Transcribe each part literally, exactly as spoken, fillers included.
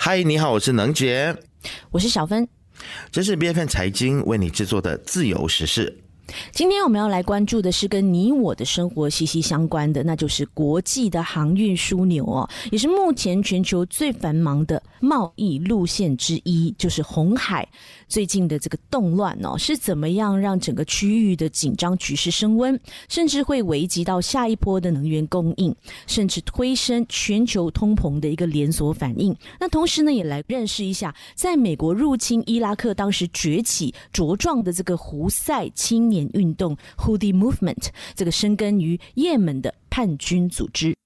嗨，你好，我是能杰， 我是小芬， 这是 B F M 财经为你制作的自由时事。 今天我们要来关注的是跟你我的生活息息相关的，那就是国际的航运枢纽哦，也是目前全球最繁忙的贸易路线之一，就是红海。最近的这个动乱哦，是怎么样让整个区域的紧张局势升温，甚至会危及到下一波的能源供应，甚至推升全球通膨的一个连锁反应。那同时呢，也来认识一下，在美国入侵伊拉克当时崛起茁壮的这个胡塞青年运动 Houthi Movement， 这个深耕于也门的叛军组织。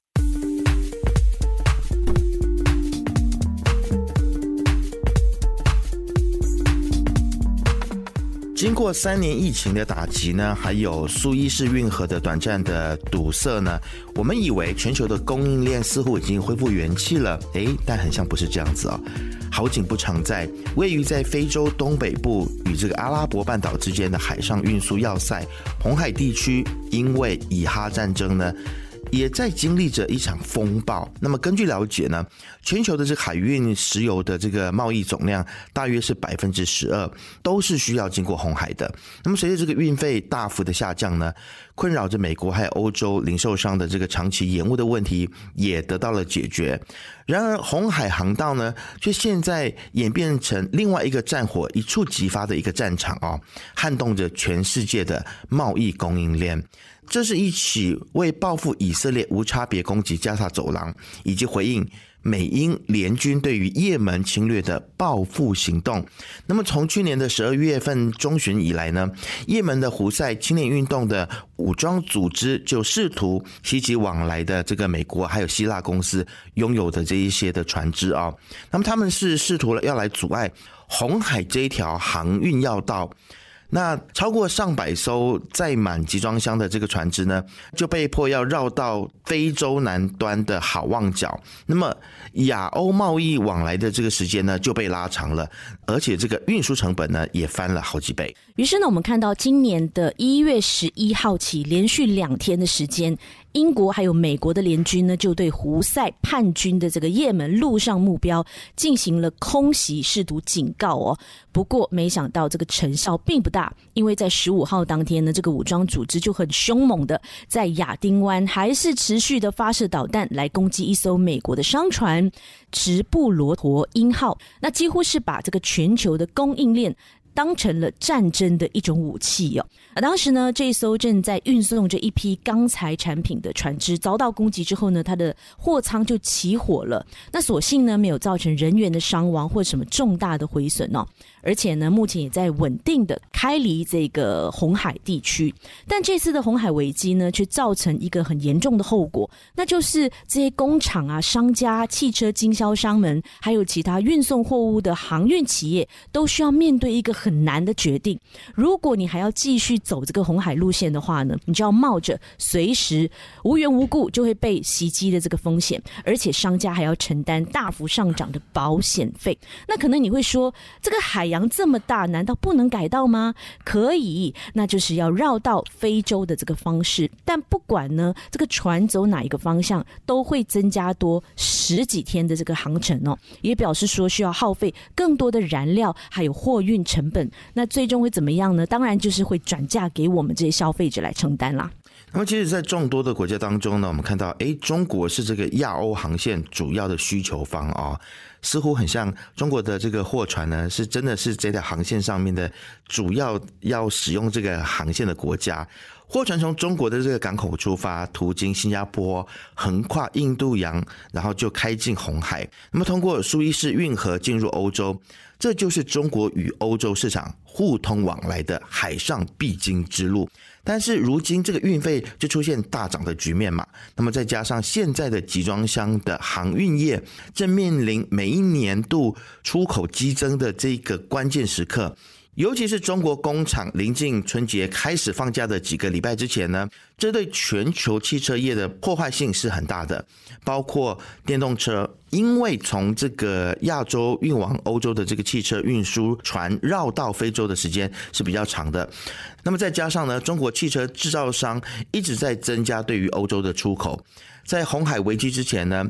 经过三年疫情的打击呢，还有苏伊士运河的短暂的堵塞呢，我们以为全球的供应链似乎已经恢复元气了，诶，但很像不是这样子哦。好景不常在，位于在非洲东北部与这个阿拉伯半岛之间的海上运输要塞红海地区，因为以哈战争呢，也在经历着一场风暴。那么根据了解呢，全球的这个海运石油的这个贸易总量大约是 百分之十二， 都是需要经过红海的。那么随着这个运费大幅的下降呢，困扰着美国还有欧洲零售商的这个长期延误的问题也得到了解决。然而红海航道呢，却现在演变成另外一个战火一触即发的一个战场哦，撼动着全世界的贸易供应链。这是一起为报复以色列无差别攻击加沙走廊，以及回应美英联军对于也门侵略的报复行动。那么从去年的十二月份中旬以来呢，也门的胡塞青年运动的武装组织就试图袭击往来的这个美国还有希腊公司拥有的这一些的船只啊、哦，那么他们是试图了要来阻碍红海这一条航运要道。那超过上百艘载满集装箱的这个船只呢，就被迫要绕到非洲南端的好望角。那么亚欧贸易往来的这个时间呢，就被拉长了，而且这个运输成本呢，也翻了好几倍。 于是呢，我们看到今年的一月十一号起，连续两天的时间，英国还有美国的联军呢，就对胡塞叛军的这个也门陆上目标进行了空袭，试图警告哦。不过没想到这个成效并不大，因为在十五号当天呢，这个武装组织就很凶猛的在亚丁湾还是持续的发射导弹来攻击一艘美国的商船直布罗陀鹰号，那几乎是把这个全球的供应链当成了战争的一种武器哦。而当时呢，这一艘正在运送着一批钢材产品的船只遭到攻击之后呢，它的货舱就起火了。那所幸呢，没有造成人员的伤亡或什么重大的毁损哦。而且呢，目前也在稳定的开离这个红海地区。但这次的红海危机呢，却造成一个很严重的后果，那就是这些工厂啊、商家、汽车经销商们，还有其他运送货物的航运企业，都需要面对一个很难的决定。如果你还要继续走这个红海路线的话呢，你就要冒着随时无缘无故就会被袭击的这个风险，而且商家还要承担大幅上涨的保险费。那可能你会说，这个海洋这么大，难道不能改道吗？可以，那就是要绕到非洲的这个方式。但不管呢，这个船走哪一个方向，都会增加多十几天的这个航程哦，也表示说需要耗费更多的燃料，还有货运成本。那最终会怎么样呢？当然就是会转嫁给我们这些消费者来承担啦。 那么其实在众多的国家当中呢，我们看到诶，中国是这个亚欧航线主要的需求方啊、哦，似乎很像中国的这个货船呢，是真的是这条航线上面的主要要使用这个航线的国家。货船从中国的这个港口出发，途经新加坡，横跨印度洋，然后就开进红海，那么通过苏伊士运河进入欧洲，这就是中国与欧洲市场互通往来的海上必经之路。但是如今这个运费就出现大涨的局面嘛，那么再加上现在的集装箱的航运业正面临每一年度出口激增的这个关键时刻，尤其是中国工厂临近春节开始放假的几个礼拜之前呢，这对全球汽车业的破坏性是很大的，包括电动车，因为从这个亚洲运往欧洲的这个汽车运输船绕到非洲的时间是比较长的，那么再加上呢，中国汽车制造商一直在增加对于欧洲的出口，在红海危机之前呢，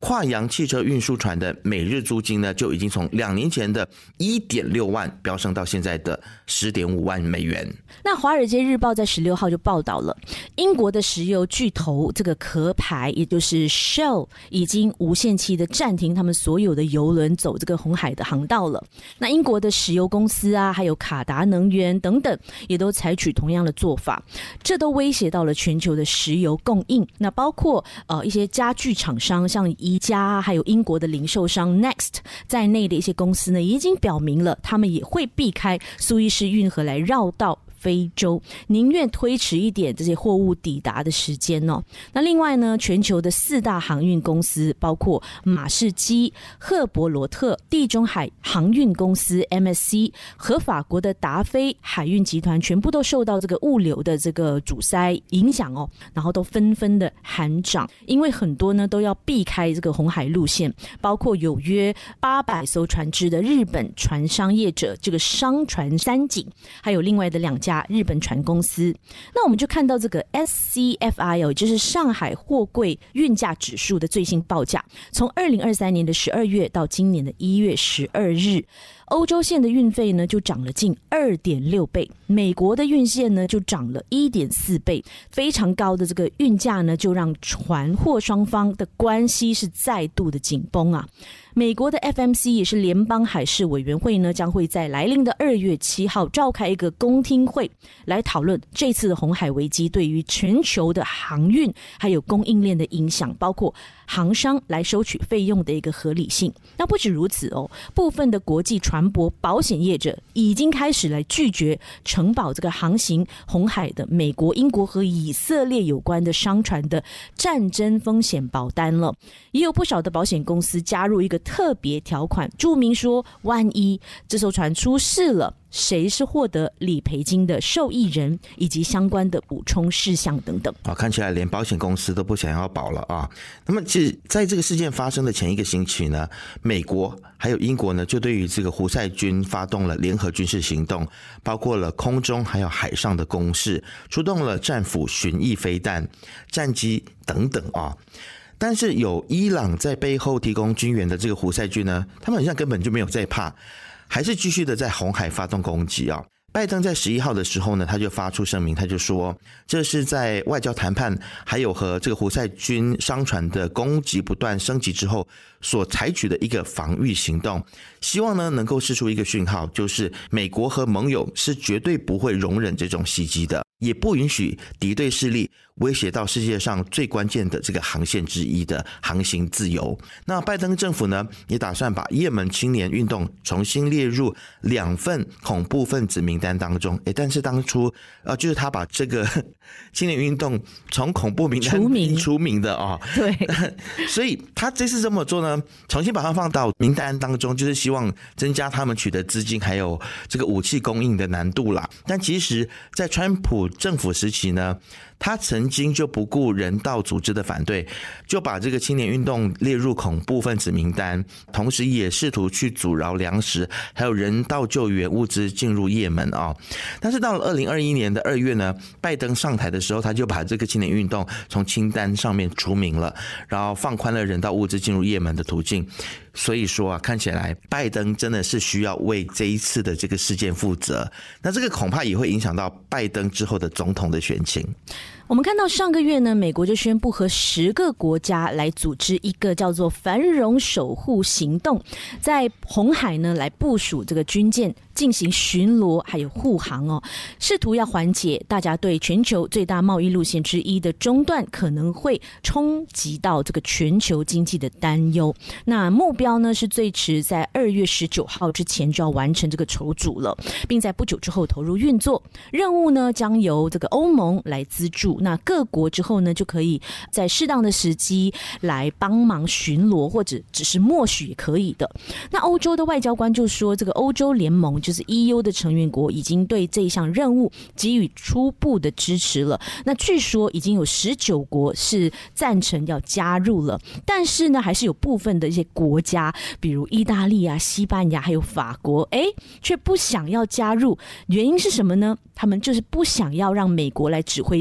跨洋汽车运输船的每日租金呢，就已经从两年前的 一点六万飙升到现在的 十点五万美元。 那华尔街日报在十六号就报道了，英国的石油巨头这个壳牌，也就是 Shell 已经无限期的暂停他们所有的油轮走这个红海的航道了。那英国的石油公司啊，还有卡达能源等等，也都采取同样的做法，这都威胁到了全球的石油供应。那包括呃一些家具厂商，像宜家，还有英国的零售商 Next 在内的一些公司呢，已经表明了他们也会避开苏伊士运河来绕道非洲，宁愿推迟一点这些货物抵达的时间哦。那另外呢，全球的四大航运公司，包括马士基、赫伯罗特、地中海航运公司 M S C 和法国的达菲海运集团，全部都受到这个物流的这个阻塞影响哦，然后都纷纷的喊涨，因为很多呢都要避开这个红海路线，包括有约八百艘船只的日本船商业者，这个商船三井，还有另外的两家日本船公司。那我们就看到这个 S C F I 哦，也就是上海货柜运价指数的最新报价，从二零二三年的十二月到今年的一月十二日，欧洲线的运费呢就涨了近 二点六倍，美国的运线呢就涨了 一点四倍，非常高的这个运价呢，就让船货双方的关系是再度的紧绷啊。美国的 F M C 也是联邦海事委员会呢，将会在来临的二月七号召开一个公听会，来讨论这次的红海危机对于全球的航运还有供应链的影响，包括航商来收取费用的一个合理性。那不止如此哦，部分的国际船舶保险业者已经开始来拒绝承保这个航行红海的美国、英国和以色列有关的商船的战争风险保单了。也有不少的保险公司加入一个特别条款，注明说万一这艘船出事了，谁是获得理赔金的受益人，以及相关的补充事项等等。 啊，看起来连保险公司都不想要保了啊。那么其实在这个事件发生的前一个星期呢，美国还有英国呢，就对于这个胡塞军发动了联合军事行动，包括了空中还有海上的攻势，出动了战斧、巡弋飞弹、战机等等啊。但是有伊朗在背后提供军援的这个胡塞军呢，他们好像根本就没有在怕，还是继续的在红海发动攻击啊。拜登在十一号的时候呢，他就发出声明，他就说这是在外交谈判还有和这个胡塞军商船的攻击不断升级之后所采取的一个防御行动，希望呢能够释出一个讯号，就是美国和盟友是绝对不会容忍这种袭击的，也不允许敌对势力威胁到世界上最关键的这个航线之一的航行自由。那拜登政府呢，也打算把也门青年运动重新列入两份恐怖分子名单当中。诶，但是当初呃，就是他把这个青年运动从恐怖名单除名除名的哦。 对， 所以他这次这么做呢，重新把它放到名单当中，就是希望增加他们取得资金还有这个武器供应的难度啦。但其实在川普政府时期呢，他曾经就不顾人道组织的反对，就把这个青年运动列入恐怖分子名单，同时也试图去阻挠粮食还有人道救援物资进入也门啊、哦。但是到了二零二一年的二月呢，拜登上台的时候，他就把这个青年运动从清单上面除名了，然后放宽了人道物资进入也门的途径。所以说啊，看起来拜登真的是需要为这一次的这个事件负责，那这个恐怕也会影响到拜登之后的总统的选情。 我们看到上个月呢，美国就宣布和十个国家来组织一个叫做繁荣守护行动，在红海呢来部署这个军舰进行巡逻还有护航哦，试图要缓解大家对全球最大贸易路线之一的中断可能会冲击到这个全球经济的担忧。那目标呢是最迟在二月十九号之前就要完成这个筹组了，并在不久之后投入运作。任务呢将由这个欧盟来资助，那各国之后呢就可以在适当的时机来帮忙巡逻，或者只是默许也可以的。那欧洲的外交官就说，这个欧洲联盟就是 E U 的成员国已经对这一项任务给予初步的支持了。那据说已经有十九国是赞成要加入了，但是呢还是有部分的一些国家，比如意大利啊、西班牙还有法国，哎，却不想要加入。原因是什么呢？他们就是不想要让美国来指挥自己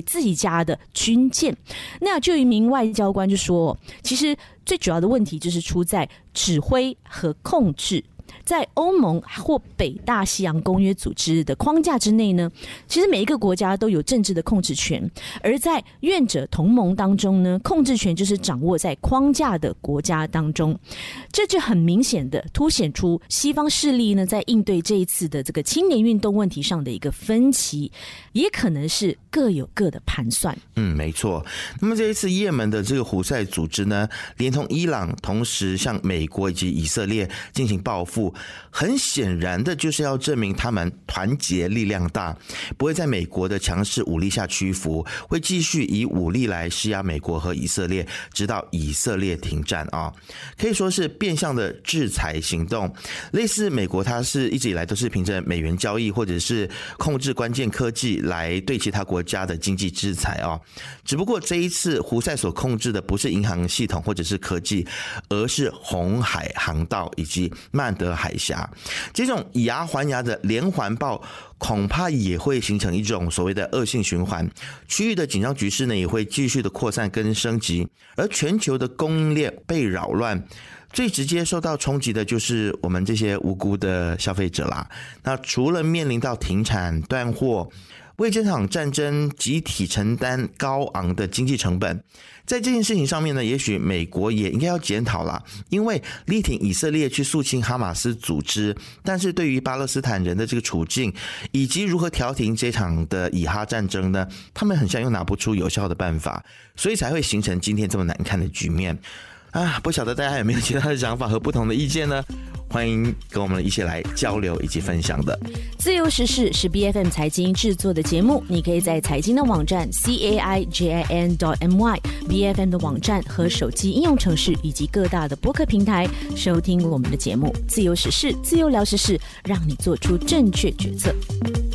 家的军舰。那就有一名外交官就说，其实最主要的问题就是出在指挥和控制。在欧盟或北大西洋公约组织的框架之内呢，其实每一个国家都有政治的控制权，而在愿者同盟当中呢，控制权就是掌握在框架的国家当中。这就很明显的凸显出西方势力呢在应对这一次的这个青年运动问题上的一个分歧，也可能是各有各的盘算。 嗯，没错。那么这一次也门的这个胡塞组织呢，连同伊朗，同时向美国以及以色列进行报复，很显然的就是要证明他们团结力量大，不会在美国的强势武力下屈服，会继续以武力来施压美国和以色列，直到以色列停战啊，可以说是变相的制裁行动。类似美国，它是一直以来都是凭着美元交易或者是控制关键科技来对其他国家的经济制裁啊。只不过这一次胡塞所控制的不是银行系统或者是科技，而是红海航道以及曼德海峡。这种以牙还牙的连环爆恐怕也会形成一种所谓的恶性循环，区域的紧张局势呢也会继续的扩散跟升级，而全球的供应链被扰乱，最直接受到冲击的就是我们这些无辜的消费者啦。那除了面临到停产断货，为这场战争集体承担高昂的经济成本，在这件事情上面呢，也许美国也应该要检讨啦，因为力挺以色列去肃清哈马斯组织，但是对于巴勒斯坦人的这个处境以及如何调停这场的以哈战争呢，他们很像又拿不出有效的办法，所以才会形成今天这么难看的局面啊！不晓得大家有没有其他的想法和不同的意见呢？欢迎跟我们一起来交流以及分享的。 自由时事是 B F M 财经制作的节目，你可以在财经的网站 C A I J I N dot M Y B F M 的网站和手机应用程式以及各大的播客平台收听我们的节目。自由时事，自由聊时事，让你做出正确决策。